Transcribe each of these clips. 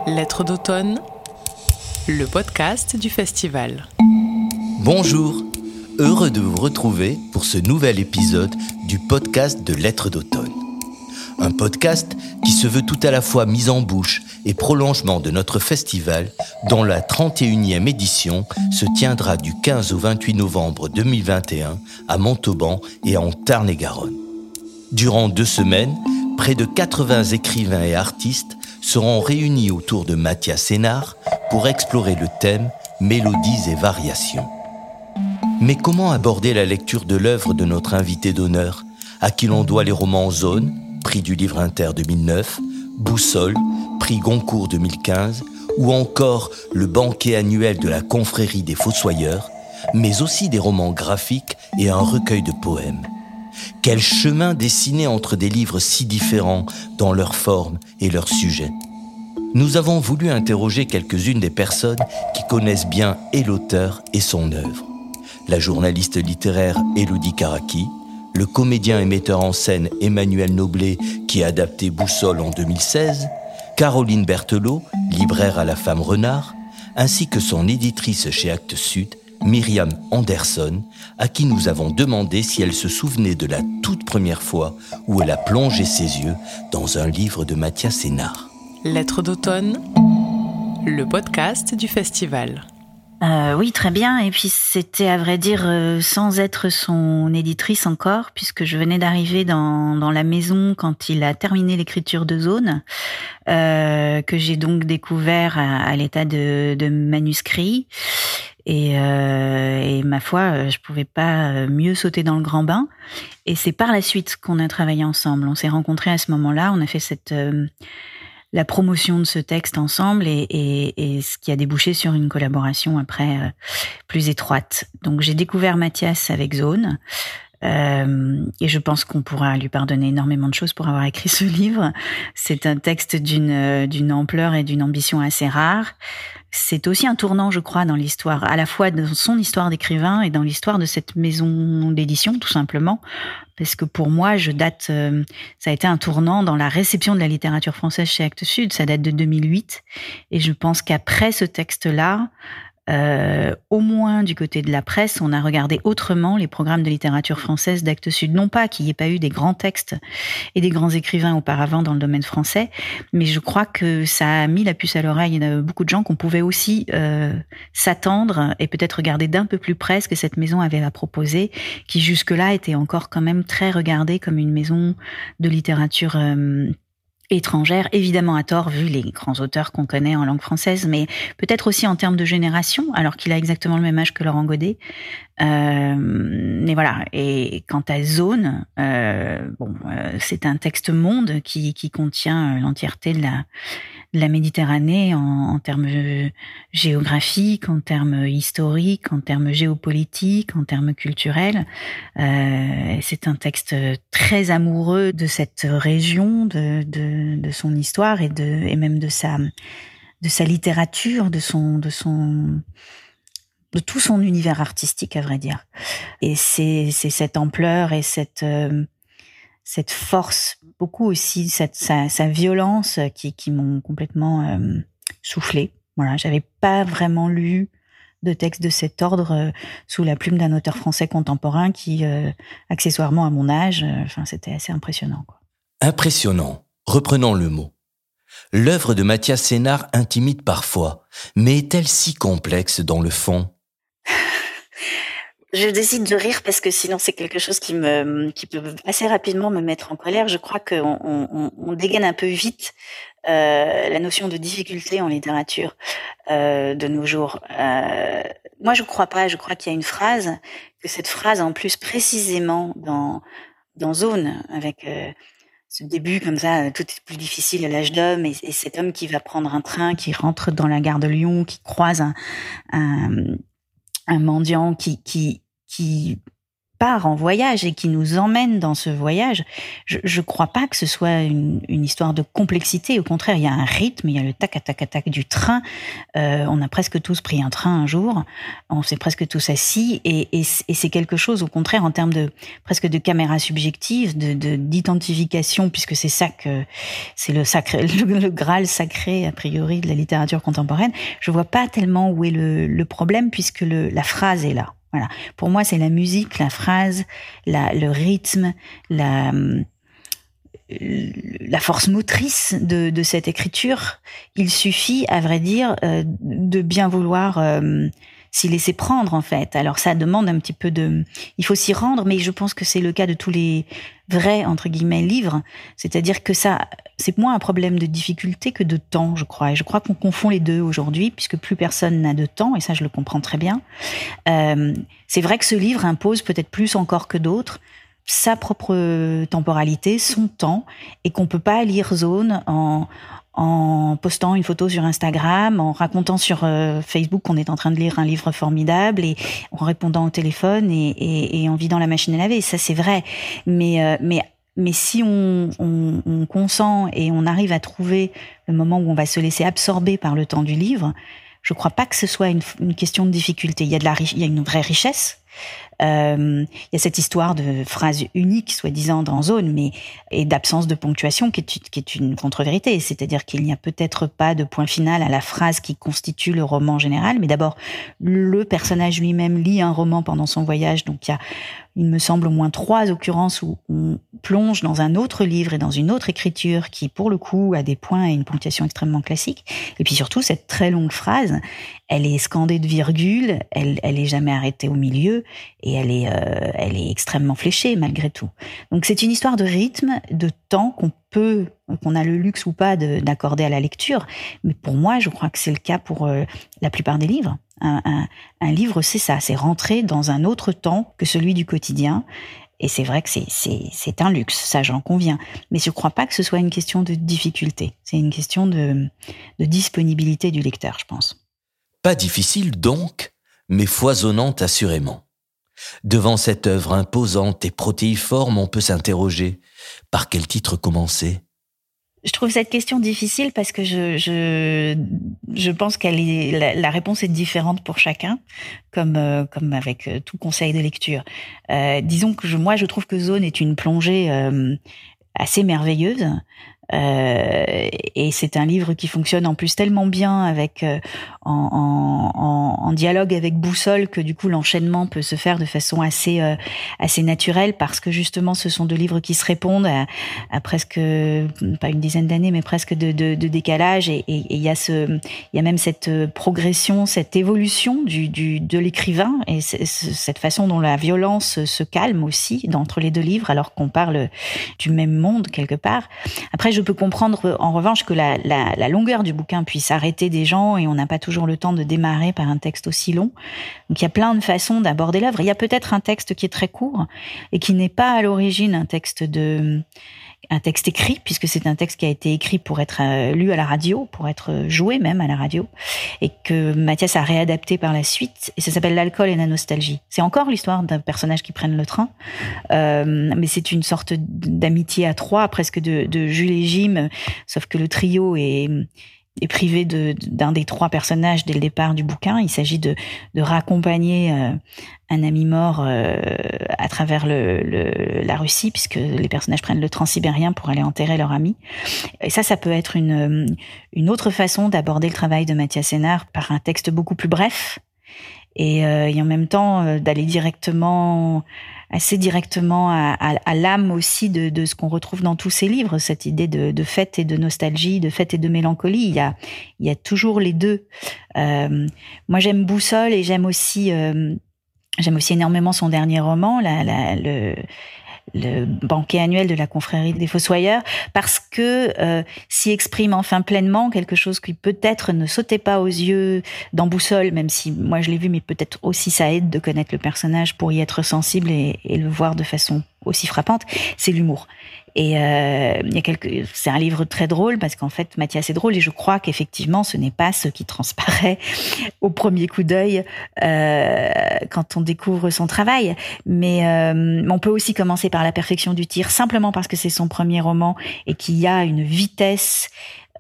Lettres d'automne, le podcast du festival. Bonjour, heureux de vous retrouver pour ce nouvel épisode du podcast de Lettres d'automne. Un podcast qui se veut tout à la fois mise en bouche et prolongement de notre festival dont la 31e édition se tiendra du 15 au 28 novembre 2021 à Montauban et en Tarn-et-Garonne. Durant 2 semaines, près de 80 écrivains et artistes seront réunis autour de Mathias Sénart pour explorer le thème « Mélodies et variations ». Mais comment aborder la lecture de l'œuvre de notre invité d'honneur, à qui l'on doit les romans Zone, prix du Livre Inter 2009, Boussole, prix Goncourt 2015, ou encore le banquet annuel de la confrérie des Fossoyeurs, mais aussi des romans graphiques et un recueil de poèmes. Quel chemin dessiner entre des livres si différents dans leur forme et leur sujet? Nous avons voulu interroger quelques-unes des personnes qui connaissent bien et l'auteur et son œuvre. La journaliste littéraire Élodie Caraki, le comédien et metteur en scène Emmanuel Noblet qui a adapté Boussole en 2016, Caroline Berthelot, libraire à La Femme Renard, ainsi que son éditrice chez Actes Sud, Myriam Anderson, à qui nous avons demandé si elle se souvenait de la toute première fois où elle a plongé ses yeux dans un livre de Mathias Sénart. Lettres d'automne, le podcast du festival. Oui, très bien. Et puis c'était à vrai dire sans être son éditrice encore, puisque je venais d'arriver dans la maison quand il a terminé l'écriture de Zone, que j'ai donc découvert à l'état de manuscrit. Et ma foi, je pouvais pas mieux sauter dans le grand bain. Et c'est par la suite qu'on a travaillé ensemble. On s'est rencontrés à ce moment-là. On a fait la promotion de ce texte ensemble et ce qui a débouché sur une collaboration après plus étroite. Donc j'ai découvert Mathias avec Zone. Et je pense qu'on pourra lui pardonner énormément de choses pour avoir écrit ce livre. C'est un texte d'une ampleur et d'une ambition assez rare. C'est aussi un tournant, je crois, dans l'histoire, à la fois dans son histoire d'écrivain et dans l'histoire de cette maison d'édition, tout simplement. Parce que pour moi, ça a été un tournant dans la réception de la littérature française chez Actes Sud. Ça date de 2008. Et je pense qu'après ce texte-là, au moins du côté de la presse, on a regardé autrement les programmes de littérature française d'Actes Sud. Non pas qu'il n'y ait pas eu des grands textes et des grands écrivains auparavant dans le domaine français, mais je crois que ça a mis la puce à l'oreille. Il y a beaucoup de gens qu'on pouvait aussi s'attendre et peut-être regarder d'un peu plus près ce que cette maison avait à proposer, qui jusque-là était encore quand même très regardée comme une maison de littérature étrangère, évidemment à tort vu les grands auteurs qu'on connaît en langue française, mais peut-être aussi en termes de génération, alors qu'il a exactement le même âge que Laurent Godet. Mais voilà. Et quant à Zone, c'est un texte monde qui contient l'entièreté de la Méditerranée en termes géographiques, en termes historiques, en termes géopolitiques, en termes culturels. C'est un texte très amoureux de cette région, de son histoire et même de sa littérature, de tout son univers artistique, à vrai dire. Et c'est cette ampleur et cette force, beaucoup aussi sa violence qui m'ont complètement soufflée. Voilà, j'avais pas vraiment lu de texte de cet ordre sous la plume d'un auteur français contemporain qui, accessoirement à mon âge, c'était assez impressionnant, quoi. Impressionnant, reprenons le mot. L'œuvre de Mathias Sénart intimide parfois, mais est-elle si complexe dans le fond? Je décide de rire parce que sinon c'est quelque chose qui peut assez rapidement me mettre en colère. Je crois qu'on dégaine un peu vite la notion de difficulté en littérature de nos jours. Moi je crois pas. Je crois qu'il y a une phrase, que cette phrase en plus précisément dans Zone, avec ce début comme ça, tout est plus difficile à l'âge d'homme, et cet homme qui va prendre un train, qui rentre dans la gare de Lyon, qui croise un mendiant qui part en voyage et qui nous emmène dans ce voyage, je crois pas que ce soit une histoire de complexité. Au contraire, il y a un rythme, il y a le tac du train. On a presque tous pris un train un jour, on s'est presque tous assis, et c'est quelque chose, au contraire, en termes de presque de caméra subjective, d'identification, puisque c'est ça que c'est le Graal sacré a priori de la littérature contemporaine. Je vois pas tellement où est le problème, puisque la phrase est là. Voilà. Pour moi, c'est la musique, la phrase, le rythme, la force motrice de cette écriture. Il suffit, à vrai dire, de bien vouloir s'y laisser prendre, en fait. Alors, ça demande un petit peu il faut s'y rendre, mais je pense que c'est le cas de tous les vrais, entre guillemets, livres. C'est-à-dire que c'est moins un problème de difficulté que de temps, je crois. Et je crois qu'on confond les deux aujourd'hui, puisque plus personne n'a de temps, et ça, je le comprends très bien. C'est vrai que ce livre impose peut-être plus encore que d'autres sa propre temporalité, son temps, et qu'on peut pas lire Zone en postant une photo sur Instagram, en racontant sur Facebook qu'on est en train de lire un livre formidable, et en répondant au téléphone et en vidant la machine à laver. Ça, c'est vrai. Mais si on consent et on arrive à trouver le moment où on va se laisser absorber par le temps du livre, je crois pas que ce soit une question de difficulté. Il y a une vraie richesse. Il y a cette histoire de phrase unique, soi-disant, dans Zone, et d'absence de ponctuation qui est une contre-vérité. C'est-à-dire qu'il n'y a peut-être pas de point final à la phrase qui constitue le roman en général, mais d'abord, le personnage lui-même lit un roman pendant son voyage, donc il me semble au moins 3 occurrences où on plonge dans un autre livre et dans une autre écriture qui, pour le coup, a des points et une ponctuation extrêmement classique. Et puis surtout, cette très longue phrase, elle est scandée de virgules, elle est jamais arrêtée au milieu, et elle est extrêmement fléchée malgré tout. Donc c'est une histoire de rythme, de temps qu'on a le luxe ou pas d'accorder à la lecture. Mais pour moi, je crois que c'est le cas pour la plupart des livres. Un livre, c'est ça, c'est rentrer dans un autre temps que celui du quotidien. Et c'est vrai que c'est un luxe, ça j'en conviens. Mais je ne crois pas que ce soit une question de difficulté. C'est une question de disponibilité du lecteur, je pense. Pas difficile donc, mais foisonnante assurément. Devant cette œuvre imposante et protéiforme, on peut s'interroger. Par quel titre commencer ? Je trouve cette question difficile parce que je pense la réponse est différente pour chacun, comme avec tout conseil de lecture. Disons que moi je trouve que Zone est une plongée assez merveilleuse. Et c'est un livre qui fonctionne en plus tellement bien avec en dialogue avec Boussole que du coup l'enchaînement peut se faire de façon assez naturelle, parce que justement ce sont 2 livres qui se répondent à presque pas une dizaine d'années mais presque de décalage, et il y a même cette progression, cette évolution de l'écrivain, et cette façon dont la violence se calme aussi entre les 2 livres alors qu'on parle du même monde quelque part. Après, je peux comprendre en revanche que la longueur du bouquin puisse arrêter des gens, et on n'a pas toujours le temps de démarrer par un texte aussi long. Donc il y a plein de façons d'aborder l'œuvre. Il y a peut-être un texte qui est très court et qui n'est pas à l'origine un texte écrit, puisque c'est un texte qui a été écrit pour être lu à la radio, pour être joué même à la radio, et que Mathias a réadapté par la suite, et ça s'appelle L'alcool et la nostalgie. C'est encore l'histoire d'un personnage qui prenne le train, mais c'est une sorte d'amitié à 3, presque de Jules et Jim, sauf que le trio est privé d'un des 3 personnages dès le départ du bouquin. Il s'agit de raccompagner un ami mort à travers la Russie, puisque les personnages prennent le transibérien pour aller enterrer leur ami. Et ça peut être une autre façon d'aborder le travail de Mathias Sénard, par un texte beaucoup plus bref, et en même temps d'aller assez directement à l'âme aussi de ce qu'on retrouve dans tous ces livres, cette idée de fête et de nostalgie, de fête et de mélancolie. Il y a toujours les deux. Moi, j'aime Boussole, et j'aime aussi énormément son dernier roman, le banquet annuel de la confrérie des Fossoyeurs, parce que s'y exprime enfin pleinement quelque chose qui peut-être ne sautait pas aux yeux dans Boussole, même si moi je l'ai vu, mais peut-être aussi ça aide de connaître le personnage pour y être sensible et le voir de façon aussi frappante, c'est l'humour. Et c'est un livre très drôle parce qu'en fait, Mathias est drôle et je crois qu'effectivement, ce n'est pas ce qui transparaît au premier coup d'œil quand on découvre son travail. Mais on peut aussi commencer par La perfection du tir, simplement parce que c'est son premier roman et qu'il y a une vitesse,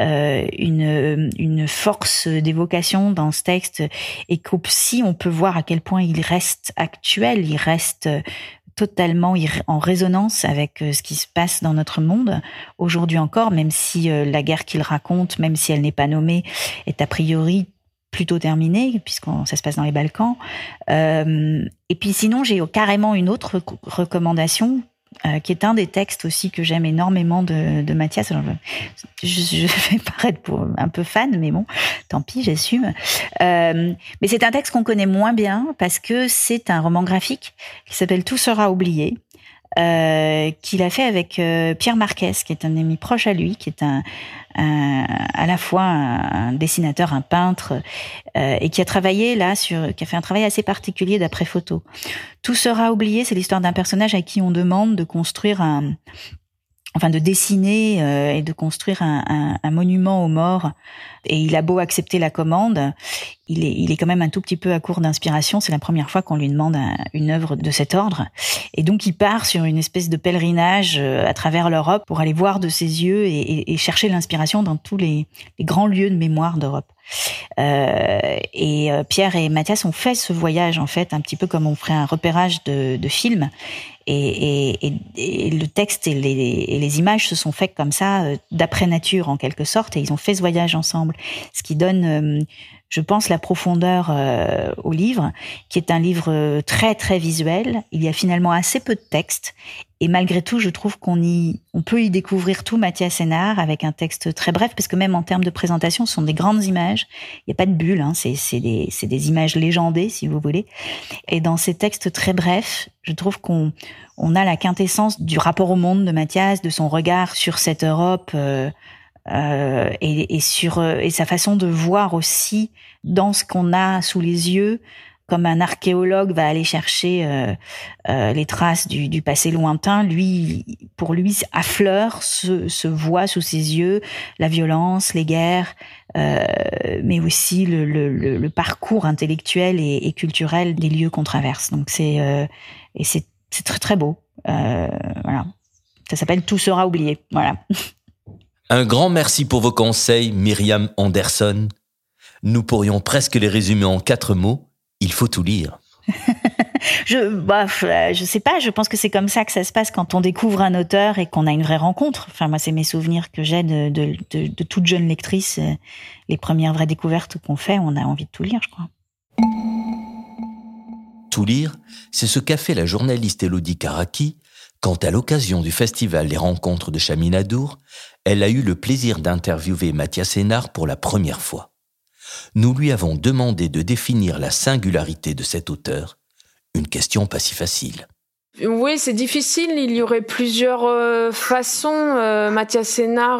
une force d'évocation dans ce texte, et qu'aussi on peut voir à quel point il reste actuel, il reste totalement en résonance avec ce qui se passe dans notre monde aujourd'hui encore, même si la guerre qu'il raconte, même si elle n'est pas nommée, est a priori plutôt terminée, ça se passe dans les Balkans. Et puis sinon, j'ai carrément une autre recommandation, qui est un des textes aussi que j'aime énormément de Mathias. Alors, je vais paraître pour un peu fan, mais bon, tant pis, j'assume. Mais c'est un texte qu'on connaît moins bien parce que c'est un roman graphique qui s'appelle Tout sera oublié, qu'il a fait avec Pierre Marquez, qui est un ami proche à lui, qui est à la fois un dessinateur, un peintre, et qui a travaillé qui a fait un travail assez particulier d'après photo. Tout sera oublié, c'est l'histoire d'un personnage à qui on demande de construire de dessiner et de construire un monument aux morts. Et il a beau accepter la commande, il est quand même un tout petit peu à court d'inspiration. C'est la première fois qu'on lui demande une œuvre de cet ordre. Et donc il part sur une espèce de pèlerinage à travers l'Europe pour aller voir de ses yeux et chercher l'inspiration dans tous les grands lieux de mémoire d'Europe. Pierre et Mathias ont fait ce voyage, en fait, un petit peu comme on ferait un repérage de films. Et le texte et les images se sont faits comme ça, d'après nature en quelque sorte, et ils ont fait ce voyage ensemble. Ce qui donne, je pense, la profondeur au livre, qui est un livre très très visuel. Il y a finalement assez peu de texte, et malgré tout, je trouve qu'on peut y découvrir tout Mathias Sénart avec un texte très bref, parce que même en termes de présentation, ce sont des grandes images. Il n'y a pas de bulles, c'est des images légendées, si vous voulez. Et dans ces textes très brefs, je trouve qu'on a la quintessence du rapport au monde de Mathias, de son regard sur cette Europe, et sa façon de voir aussi dans ce qu'on a sous les yeux, comme un archéologue va aller chercher les traces du passé lointain. Pour lui, affleure, se voit sous ses yeux la violence, les guerres, mais aussi le parcours intellectuel et culturel des lieux qu'on traverse. Donc c'est très très beau. Voilà. Ça s'appelle Tout sera oublié. Voilà. Un grand merci pour vos conseils, Myriam Anderson. Nous pourrions presque les résumer en 4 mots. Il faut tout lire. Je sais pas, je pense que c'est comme ça que ça se passe quand on découvre un auteur et qu'on a une vraie rencontre. Enfin, moi, c'est mes souvenirs que j'ai de toute jeune lectrice. Les premières vraies découvertes qu'on fait, on a envie de tout lire, je crois. Tout lire, c'est ce qu'a fait la journaliste Élodie Karaki quand, à l'occasion du festival Les Rencontres de Chaminadour, elle a eu le plaisir d'interviewer Mathias Sénart pour la première fois. Nous lui avons demandé de définir la singularité de cet auteur, une question pas si facile. Oui, c'est difficile. Il y aurait plusieurs façons. Mathias Sénart,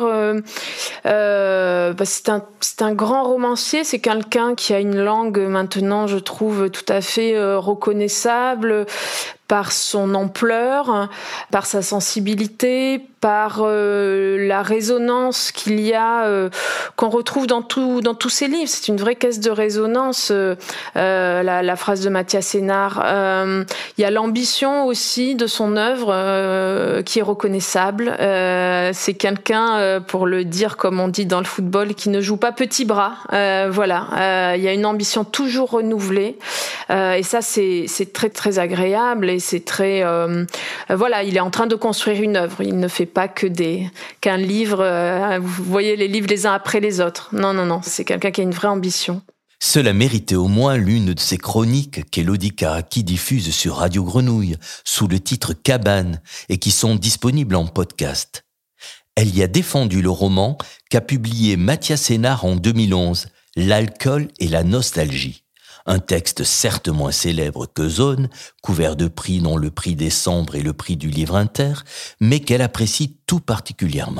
c'est un grand romancier. C'est quelqu'un qui a une langue maintenant, je trouve, tout à fait reconnaissable par son ampleur, par sa sensibilité, par la résonance qu'il y a, qu'on retrouve dans tous ses livres. C'est une vraie caisse de résonance, la phrase de Mathias Sénart. Il y a l'ambition aussi de son œuvre qui est reconnaissable. C'est quelqu'un, pour le dire comme on dit dans le football, qui ne joue pas petit bras. Voilà. Il y a une ambition toujours renouvelée. Et ça, c'est très très agréable. Et c'est très il est en train de construire une œuvre. Il ne fait pas qu'un livre. Vous voyez les livres les uns après les autres. Non. C'est quelqu'un qui a une vraie ambition. Cela méritait au moins l'une de ces chroniques qu'Élodie Karaki diffuse sur Radio Grenouille sous le titre Cabane et qui sont disponibles en podcast. Elle y a défendu le roman qu'a publié Mathias Sénart en 2011, L'alcool et la nostalgie. Un texte certes moins célèbre que Zone, couvert de prix dont le prix Décembre et le prix du Livre Inter, mais qu'elle apprécie tout particulièrement.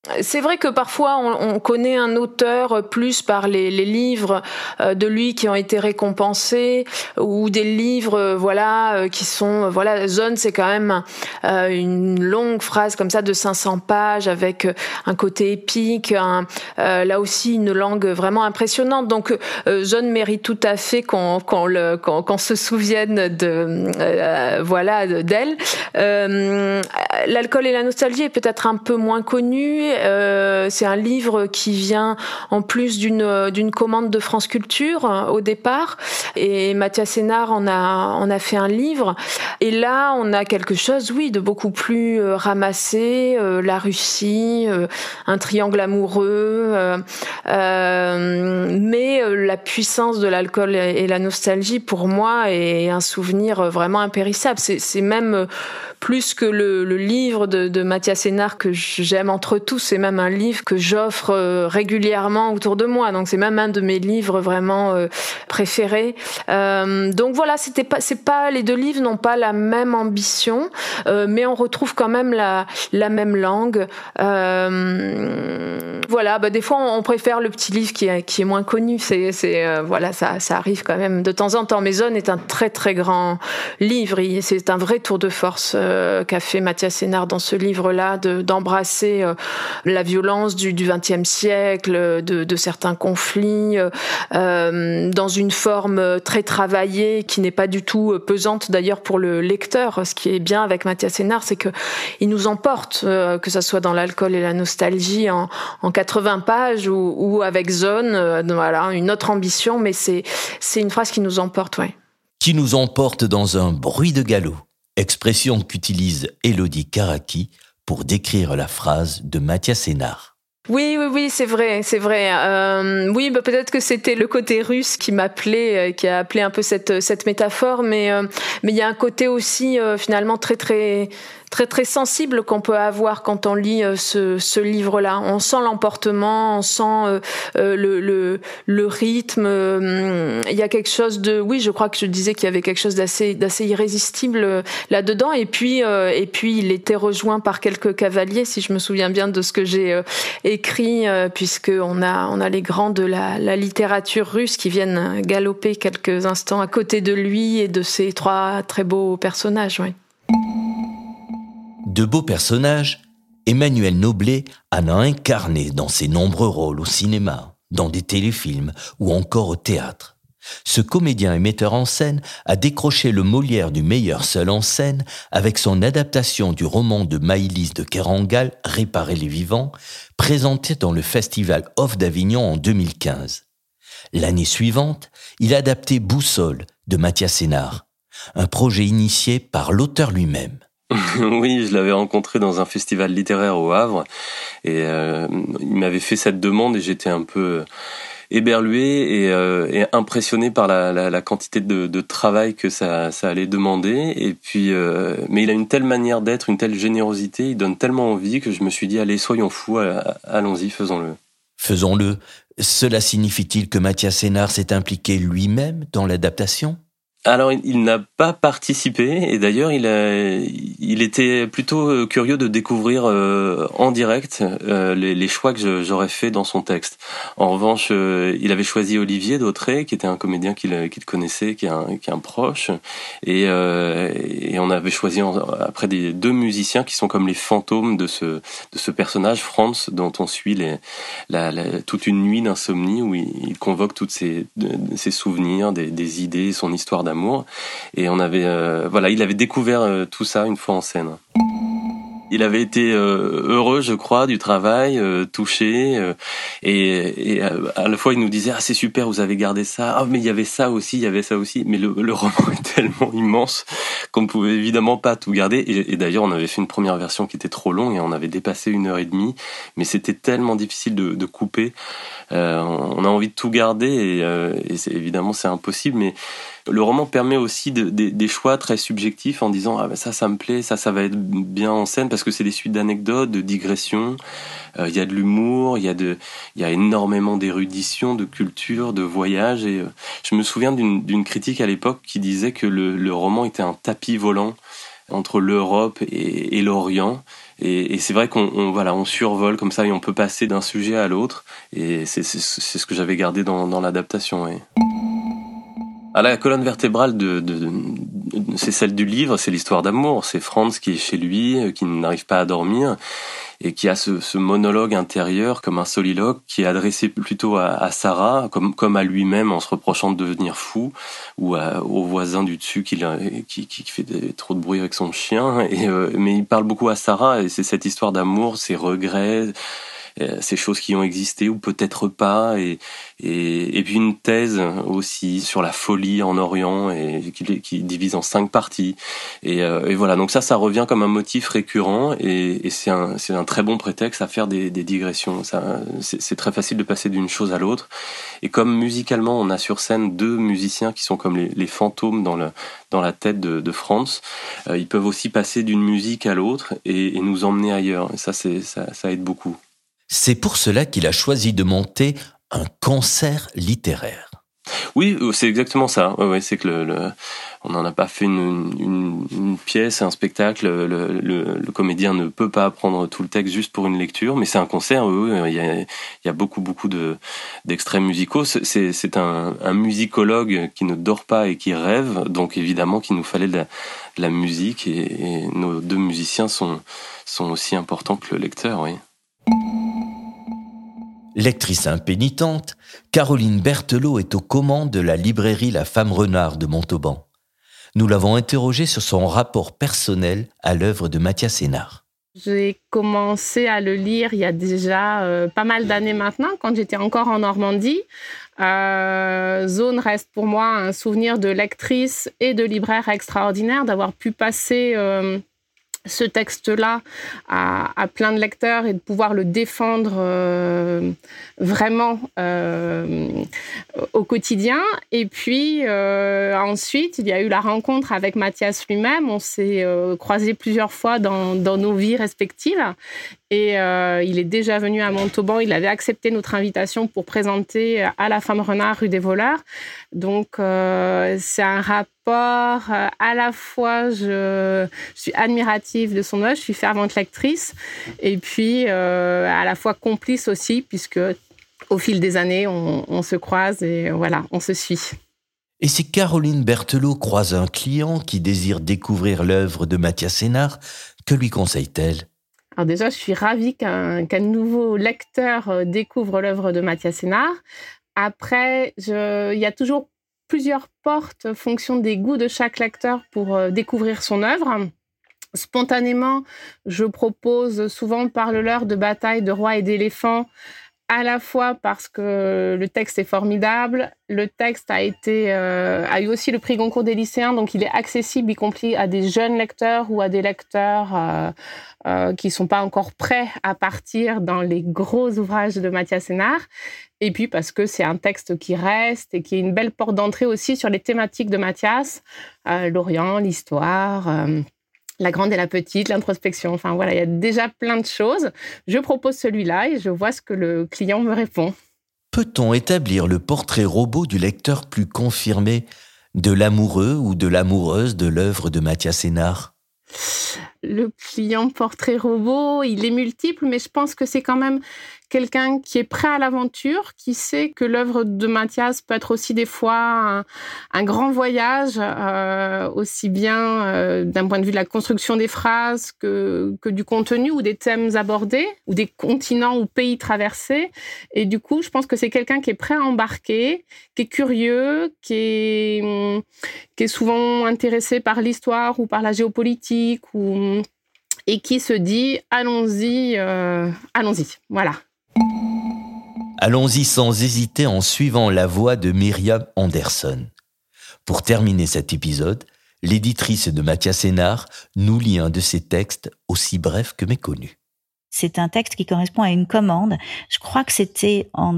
C'est vrai que parfois on connaît un auteur plus par les livres de lui qui ont été récompensés ou des livres qui sont Zone, c'est quand même une longue phrase comme ça de 500 pages avec un côté épique, là aussi une langue vraiment impressionnante. Donc Zone mérite tout à fait qu'on se souvienne d'elle. L'alcool et la nostalgie est peut-être un peu moins connu. C'est un livre qui vient en plus d'une commande de France Culture au départ, et Mathias Sénard en a fait un livre. Et là, on a quelque chose, de beaucoup plus ramassé, la Russie, un triangle amoureux, mais la puissance de l'alcool et la nostalgie, pour moi, est un souvenir vraiment impérissable. C'est même plus que le livre de Mathias Sénard que j'aime entre tous, c'est même un livre que j'offre régulièrement autour de moi. Donc c'est même un de mes livres vraiment préférés. Donc voilà, les deux livres n'ont pas la même ambition, mais on retrouve quand même la même langue. Des fois on préfère le petit livre qui est moins connu. Ça arrive quand même de temps en temps. Mais Zone est un très très grand livre. C'est un vrai tour de force qu'a fait Mathias Sénard dans ce livre-là, d'embrasser la violence du XXe siècle, de certains conflits, dans une forme très travaillée qui n'est pas du tout pesante d'ailleurs pour le lecteur. Ce qui est bien avec Mathias Sénard, c'est que il nous emporte, que ça soit dans l'alcool et la nostalgie en 80 pages ou avec Zone, une autre ambition, mais c'est une phrase qui nous emporte, ouais. Qui nous emporte dans un bruit de galop, expression qu'utilise Élodie Karaki pour décrire la phrase de Mathias Sénard. Oui, c'est vrai. Peut-être que c'était le côté russe qui a appelé un peu cette métaphore, mais il y a un côté aussi finalement très très très très sensible qu'on peut avoir quand on lit ce livre-là. On sent l'emportement, on sent le rythme. Il y a quelque chose de, je crois que je disais qu'il y avait quelque chose d'assez irrésistible là-dedans. Et puis il était rejoint par quelques cavaliers, si je me souviens bien de ce que j'ai écrit, puisque on a les grands de la littérature russe qui viennent galoper quelques instants à côté de lui et de ces trois très beaux personnages. Ouais. De beaux personnages, Emmanuel Noblet en a incarné dans ses nombreux rôles au cinéma, dans des téléfilms ou encore au théâtre. Ce comédien et metteur en scène a décroché le Molière du meilleur seul en scène avec son adaptation du roman de Maïlis de Kerangal, Réparer les vivants, présenté dans le Festival Off d'Avignon en 2015. L'année suivante, il a adapté Boussole de Mathias Sénard, un projet initié par l'auteur lui-même. Oui, je l'avais rencontré dans un festival littéraire au Havre et il m'avait fait cette demande et j'étais un peu éberlué et impressionné par la quantité de travail que ça allait demander. Et puis, mais il a une telle manière d'être, une telle générosité, il donne tellement envie que je me suis dit, allez, soyons fous, allons-y, faisons-le. Faisons-le. Cela signifie-t-il que Mathias Sénard s'est impliqué lui-même dans l'adaptation ? Alors, il n'a pas participé et d'ailleurs, il était plutôt curieux de découvrir en direct les choix que j'aurais fait dans son texte. En revanche, il avait choisi Olivier Dautré, qui était un comédien qu'il connaissait, qui est un proche, et on avait choisi après deux musiciens qui sont comme les fantômes de ce personnage, Franz, dont on suit toute une nuit d'insomnie où il convoque toutes ses souvenirs, des idées, son histoire d'amour. Et on avait, il avait découvert tout ça une fois en scène. Il avait été heureux, je crois, du travail, touché, et à la fois il nous disait c'est super, vous avez gardé ça, mais il y avait ça aussi, mais le roman est tellement immense qu'on ne pouvait évidemment pas tout garder. Et d'ailleurs on avait fait une première version qui était trop longue et on avait dépassé 1h30, mais c'était tellement difficile de couper. On a envie de tout garder et évidemment c'est impossible, mais le roman permet aussi des choix très subjectifs en disant ça me plaît, ça va être bien en scène, parce que c'est des suites d'anecdotes, de digressions, il y a de l'humour, il y a énormément d'érudition, de culture, de voyage, et je me souviens d'une critique à l'époque qui disait que le roman était un tapis volant entre l'Europe et l'Orient, Et c'est vrai qu'on survole comme ça et on peut passer d'un sujet à l'autre. Et c'est ce que j'avais gardé dans l'adaptation. Oui. La colonne vertébrale c'est celle du livre, c'est l'histoire d'amour. C'est Franz qui est chez lui, qui n'arrive pas à dormir et qui a ce monologue intérieur comme un soliloque qui est adressé plutôt à Sarah, comme à lui-même en se reprochant de devenir fou, ou au voisin du dessus qui fait trop de bruit avec son chien. Mais il parle beaucoup à Sarah et c'est cette histoire d'amour, ses regrets, ces choses qui ont existé ou peut-être pas, et puis une thèse aussi sur la folie en Orient et qui divise en 5 parties, et voilà, donc ça revient comme un motif récurrent, et c'est un très bon prétexte à faire des digressions. C'est très facile de passer d'une chose à l'autre, et comme musicalement on a sur scène 2 musiciens qui sont comme les fantômes dans la tête de Franz, ils peuvent aussi passer d'une musique à l'autre et nous emmener ailleurs, et ça aide beaucoup. C'est pour cela qu'il a choisi de monter un concert littéraire. Oui, c'est exactement ça. Ouais, c'est que on n'en a pas fait une pièce, un spectacle. Le comédien ne peut pas apprendre tout le texte juste pour une lecture, mais c'est un concert. Il y a beaucoup d'extraits musicaux. C'est un musicologue qui ne dort pas et qui rêve, donc évidemment qu'il nous fallait de la musique, et nos 2 musiciens sont aussi importants que le lecteur, oui. Lectrice impénitente, Caroline Berthelot est aux commandes de la librairie La Femme Renard de Montauban. Nous l'avons interrogée sur son rapport personnel à l'œuvre de Mathias Sénart. J'ai commencé à le lire il y a déjà pas mal d'années maintenant, quand j'étais encore en Normandie. Zone reste pour moi un souvenir de lectrice et de libraire extraordinaire, d'avoir pu passer ce texte-là à plein de lecteurs et de pouvoir le défendre vraiment au quotidien. Et puis ensuite, il y a eu la rencontre avec Mathias lui-même. On s'est croisés plusieurs fois dans nos vies respectives. Et il est déjà venu à Montauban. Il avait accepté notre invitation pour présenter à la Femme Renard rue des Voleurs. Donc, c'est un rapport à la fois, je suis admirative de son œuvre, je suis fervente lectrice, et puis à la fois complice aussi, puisque au fil des années, on se croise et voilà, on se suit. Et si Caroline Berthelot croise un client qui désire découvrir l'œuvre de Mathias Sénart, que lui conseille-t-elle ? Alors déjà, je suis ravie qu'un nouveau lecteur découvre l'œuvre de Mathias Sénart. Après, il y a toujours plusieurs portes en fonction des goûts de chaque lecteur pour découvrir son œuvre. Spontanément, je propose souvent Parle-leur de bataille, de rois et d'éléphants, à la fois parce que le texte est formidable, le texte a eu aussi le prix Goncourt des lycéens, donc il est accessible y compris à des jeunes lecteurs ou à des lecteurs qui ne sont pas encore prêts à partir dans les gros ouvrages de Mathias Sénart. Et puis parce que c'est un texte qui reste et qui est une belle porte d'entrée aussi sur les thématiques de Mathias, l'Orient, l'histoire, la grande et la petite, l'introspection. Enfin voilà, il y a déjà plein de choses. Je propose celui-là et je vois ce que le client me répond. Peut-on établir le portrait robot du lecteur plus confirmé de l'amoureux ou de l'amoureuse de l'œuvre de Mathias Sénart ? Le client portrait robot, il est multiple, mais je pense que c'est quand même quelqu'un qui est prêt à l'aventure, qui sait que l'œuvre de Mathias peut être aussi des fois un grand voyage, aussi bien d'un point de vue de la construction des phrases que du contenu ou des thèmes abordés, ou des continents ou pays traversés. Et du coup, je pense que c'est quelqu'un qui est prêt à embarquer, qui est curieux, qui est souvent intéressé par l'histoire ou par la géopolitique, et qui se dit « allons-y ». Voilà. Allons-y sans hésiter en suivant la voie de Myriam Anderson. Pour terminer cet épisode, l'éditrice de Mathias Sénart nous lit un de ses textes aussi bref que méconnu. C'est un texte qui correspond à une commande. Je crois que c'était en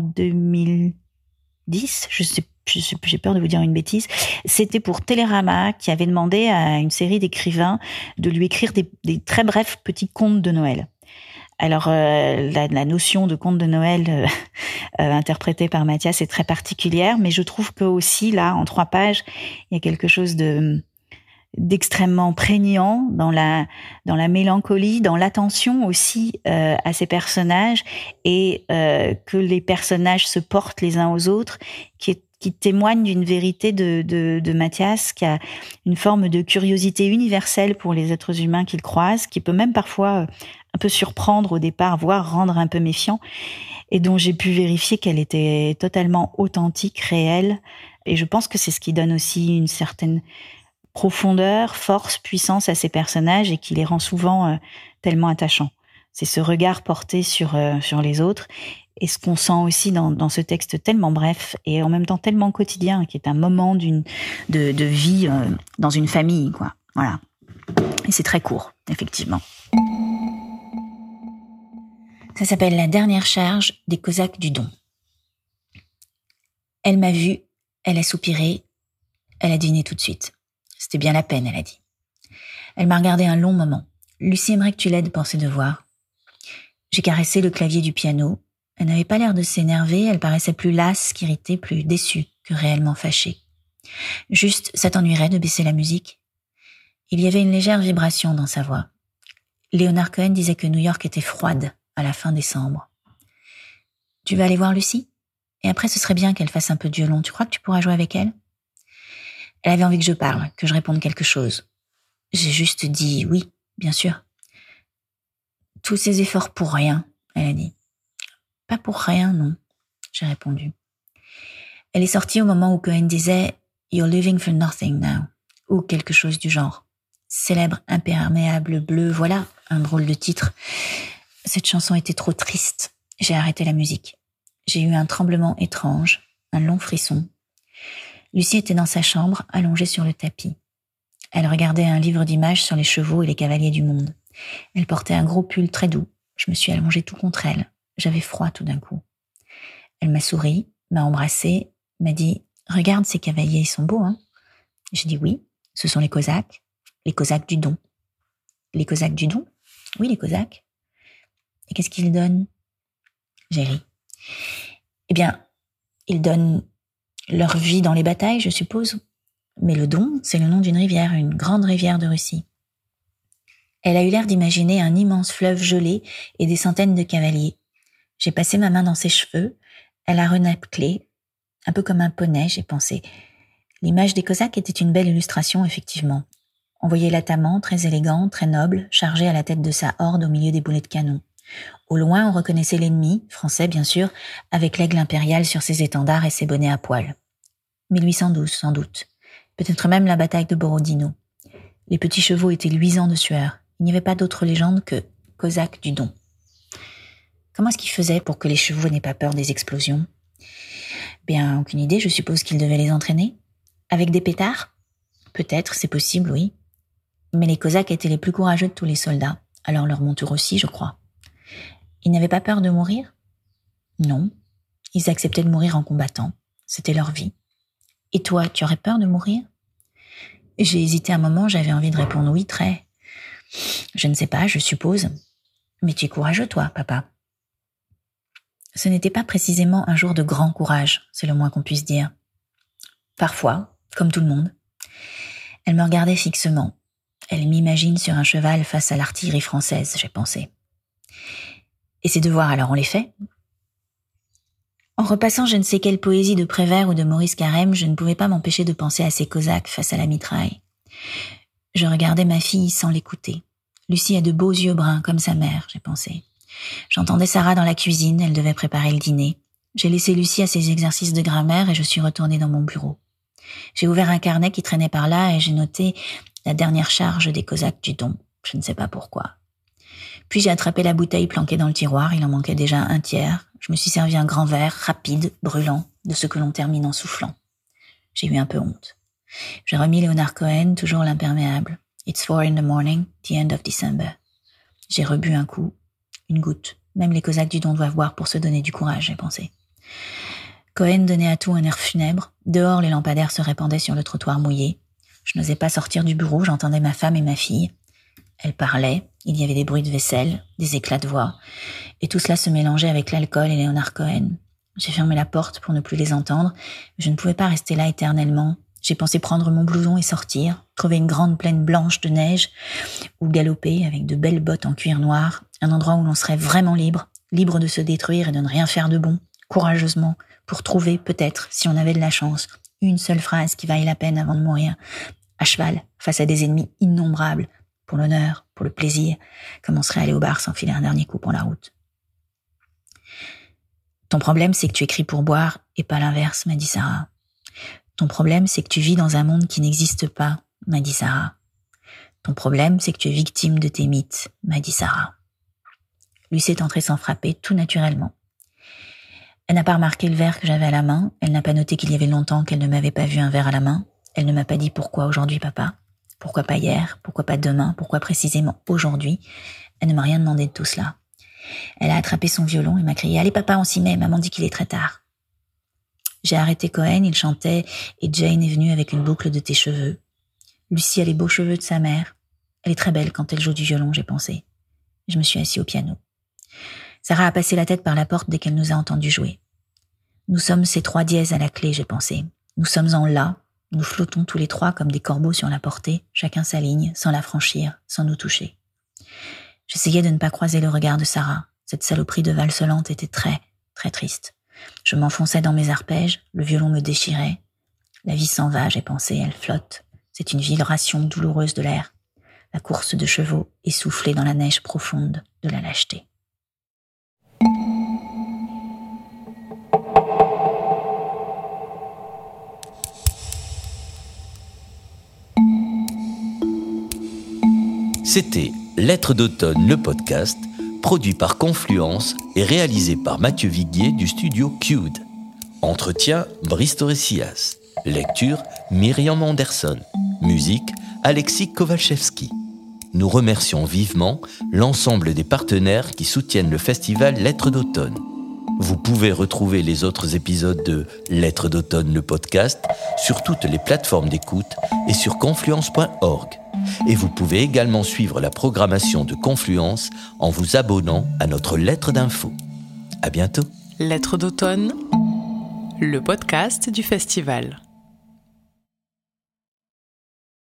2010, j'ai peur de vous dire une bêtise. C'était pour Télérama qui avait demandé à une série d'écrivains de lui écrire des très brefs petits contes de Noël. Alors, la notion de conte de Noël interprétée par Mathias est très particulière, mais je trouve que aussi là, en 3 pages, il y a quelque chose de d'extrêmement prégnant dans la mélancolie, dans l'attention aussi à ces personnages, et que les personnages se portent les uns aux autres, qui témoigne d'une vérité de Mathias, qui a une forme de curiosité universelle pour les êtres humains qu'il croise, qui peut même parfois un peu surprendre au départ, voire rendre un peu méfiant, et dont j'ai pu vérifier qu'elle était totalement authentique, réelle. Et je pense que c'est ce qui donne aussi une certaine profondeur, force, puissance à ces personnages et qui les rend souvent tellement attachants. C'est ce regard porté sur les autres, et ce qu'on sent aussi dans ce texte tellement bref et en même temps tellement quotidien, qui est un moment de vie dans une famille, quoi. Voilà. Et c'est très court, effectivement. Ça s'appelle La dernière charge des Cosaques du Don. Elle m'a vue, elle a soupiré, elle a deviné tout de suite. C'était bien la peine, elle a dit. Elle m'a regardé un long moment. Lucie aimerait que tu l'aides pour ses devoirs. J'ai caressé le clavier du piano. Elle n'avait pas l'air de s'énerver, elle paraissait plus lasse qu'irritée, plus déçue que réellement fâchée. Juste, ça t'ennuierait de baisser la musique ? Il y avait une légère vibration dans sa voix. Leonard Cohen disait que New York était froide à la fin décembre. Tu vas aller voir Lucie ? Et après, ce serait bien qu'elle fasse un peu de violon. Tu crois que tu pourras jouer avec elle ? Elle avait envie que je parle, que je réponde quelque chose. J'ai juste dit oui, bien sûr. Tous ces efforts pour rien, elle a dit. Pas pour rien, non, j'ai répondu. Elle est sortie au moment où Cohen disait « You're living for nothing now » ou quelque chose du genre. Célèbre imperméable bleu, voilà un drôle de titre. Cette chanson était trop triste. J'ai arrêté la musique. J'ai eu un tremblement étrange, un long frisson. Lucie était dans sa chambre, allongée sur le tapis. Elle regardait un livre d'images sur les chevaux et les cavaliers du monde. Elle portait un gros pull très doux. Je me suis allongée tout contre elle. J'avais froid tout d'un coup. Elle m'a souri, m'a embrassée, m'a dit « Regarde, ces cavaliers, ils sont beaux, hein ?» J'ai dit « Oui, ce sont les Cosaques du Don. » « Les Cosaques du Don ? Oui, les Cosaques. Et qu'est-ce qu'ils donnent ? J'ai ri. Eh bien, ils donnent leur vie dans les batailles, je suppose. Mais le Don, c'est le nom d'une rivière, une grande rivière de Russie. Elle a eu l'air d'imaginer un immense fleuve gelé et des centaines de cavaliers. J'ai passé ma main dans ses cheveux. Elle a renâclé, un peu comme un poney, j'ai pensé. L'image des Cosaques était une belle illustration, effectivement. On voyait l'Ataman, très élégant, très noble, chargé à la tête de sa horde au milieu des boulets de canon. Au loin, on reconnaissait l'ennemi, français bien sûr, avec l'aigle impérial sur ses étendards et ses bonnets à poil. 1812, sans doute. Peut-être même la bataille de Borodino. Les petits chevaux étaient luisants de sueur. Il n'y avait pas d'autre légende que Cosaques du Don. Comment est-ce qu'ils faisaient pour que les chevaux n'aient pas peur des explosions ? Bien, aucune idée, je suppose qu'ils devaient les entraîner. Avec des pétards ? Peut-être, c'est possible, oui. Mais les Cosaques étaient les plus courageux de tous les soldats, alors leur monture aussi, je crois. Ils n'avaient pas peur de mourir ? Non. Ils acceptaient de mourir en combattant. C'était leur vie. Et toi, tu aurais peur de mourir ? J'ai hésité un moment, j'avais envie de répondre oui, très. Je ne sais pas, je suppose. Mais tu es courageux, toi, papa. Ce n'était pas précisément un jour de grand courage, c'est le moins qu'on puisse dire. Parfois, comme tout le monde. Elle me regardait fixement. Elle m'imagine sur un cheval face à l'artillerie française, j'ai pensé. Et ses devoirs, alors, on les fait ? En repassant je ne sais quelle poésie de Prévert ou de Maurice Carême, je ne pouvais pas m'empêcher de penser à ces Cosaques face à la mitraille. Je regardais ma fille sans l'écouter. Lucie a de beaux yeux bruns, comme sa mère, j'ai pensé. J'entendais Sarah dans la cuisine, elle devait préparer le dîner. J'ai laissé Lucie à ses exercices de grammaire et je suis retournée dans mon bureau. J'ai ouvert un carnet qui traînait par là et j'ai noté la dernière charge des Cosaques du Don. Je ne sais pas pourquoi. Puis j'ai attrapé la bouteille planquée dans le tiroir, il en manquait déjà un tiers. Je me suis servi un grand verre, rapide, brûlant, de ce que l'on termine en soufflant. J'ai eu un peu honte. J'ai remis Leonard Cohen, toujours l'imperméable. It's 4 a.m, the end of December. J'ai rebu un coup, une goutte. Même les Cosaques du Don doivent boire pour se donner du courage, j'ai pensé. Cohen donnait à tout un air funèbre. Dehors, les lampadaires se répandaient sur le trottoir mouillé. Je n'osais pas sortir du bureau, j'entendais ma femme et ma fille. Elles parlaient, il y avait des bruits de vaisselle, des éclats de voix, et tout cela se mélangeait avec l'alcool et Leonard Cohen. J'ai fermé la porte pour ne plus les entendre, mais je ne pouvais pas rester là éternellement. J'ai pensé prendre mon blouson et sortir, trouver une grande plaine blanche de neige où galoper avec de belles bottes en cuir noir, un endroit où l'on serait vraiment libre de se détruire et de ne rien faire de bon, courageusement, pour trouver peut-être, si on avait de la chance, une seule phrase qui vaille la peine avant de mourir, à cheval, face à des ennemis innombrables, pour l'honneur, pour le plaisir, comme on serait allé au bar s'enfiler un dernier coup pour la route. Ton problème, c'est que tu écris pour boire et pas l'inverse, m'a dit Sarah. Ton problème, c'est que tu vis dans un monde qui n'existe pas, m'a dit Sarah. Ton problème, c'est que tu es victime de tes mythes, m'a dit Sarah. Lucie est entrée sans frapper, tout naturellement. Elle n'a pas remarqué le verre que j'avais à la main, elle n'a pas noté qu'il y avait longtemps qu'elle ne m'avait pas vu un verre à la main, elle ne m'a pas dit pourquoi aujourd'hui papa, pourquoi pas hier, pourquoi pas demain, pourquoi précisément aujourd'hui. Elle ne m'a rien demandé de tout cela. Elle a attrapé son violon et m'a crié « Allez papa, on s'y met, maman dit qu'il est très tard ». J'ai arrêté Cohen, il chantait et Jane est venue avec une boucle de tes cheveux. Lucie a les beaux cheveux de sa mère. Elle est très belle quand elle joue du violon, j'ai pensé. Je me suis assis au piano. Sarah a passé la tête par la porte dès qu'elle nous a entendus jouer. Nous sommes ces 3 dièses à la clé, j'ai pensé. Nous sommes en la, nous flottons tous les 3 comme des corbeaux sur la portée, chacun sa ligne, sans la franchir, sans nous toucher. J'essayais de ne pas croiser le regard de Sarah. Cette saloperie de valse lente était très, très triste. Je m'enfonçais dans mes arpèges, le violon me déchirait. La vie s'en va, j'ai pensé, elle flotte. C'est une vibration douloureuse de l'air. La course de chevaux essoufflée dans la neige profonde de la lâcheté. C'était Lettres d'automne, le podcast, produit par Confluence et réalisé par Mathieu Viguier du studio Cued. Entretien, Brice Torresillas. Lecture, Myriam Anderson. Musique, Alexis Kowalczewski. Nous remercions vivement l'ensemble des partenaires qui soutiennent le festival Lettres d'automne. Vous pouvez retrouver les autres épisodes de Lettres d'automne, le podcast, sur toutes les plateformes d'écoute et sur confluence.org. Et vous pouvez également suivre la programmation de Confluence en vous abonnant à notre lettre d'info. À bientôt. Lettres d'automne, le podcast du festival.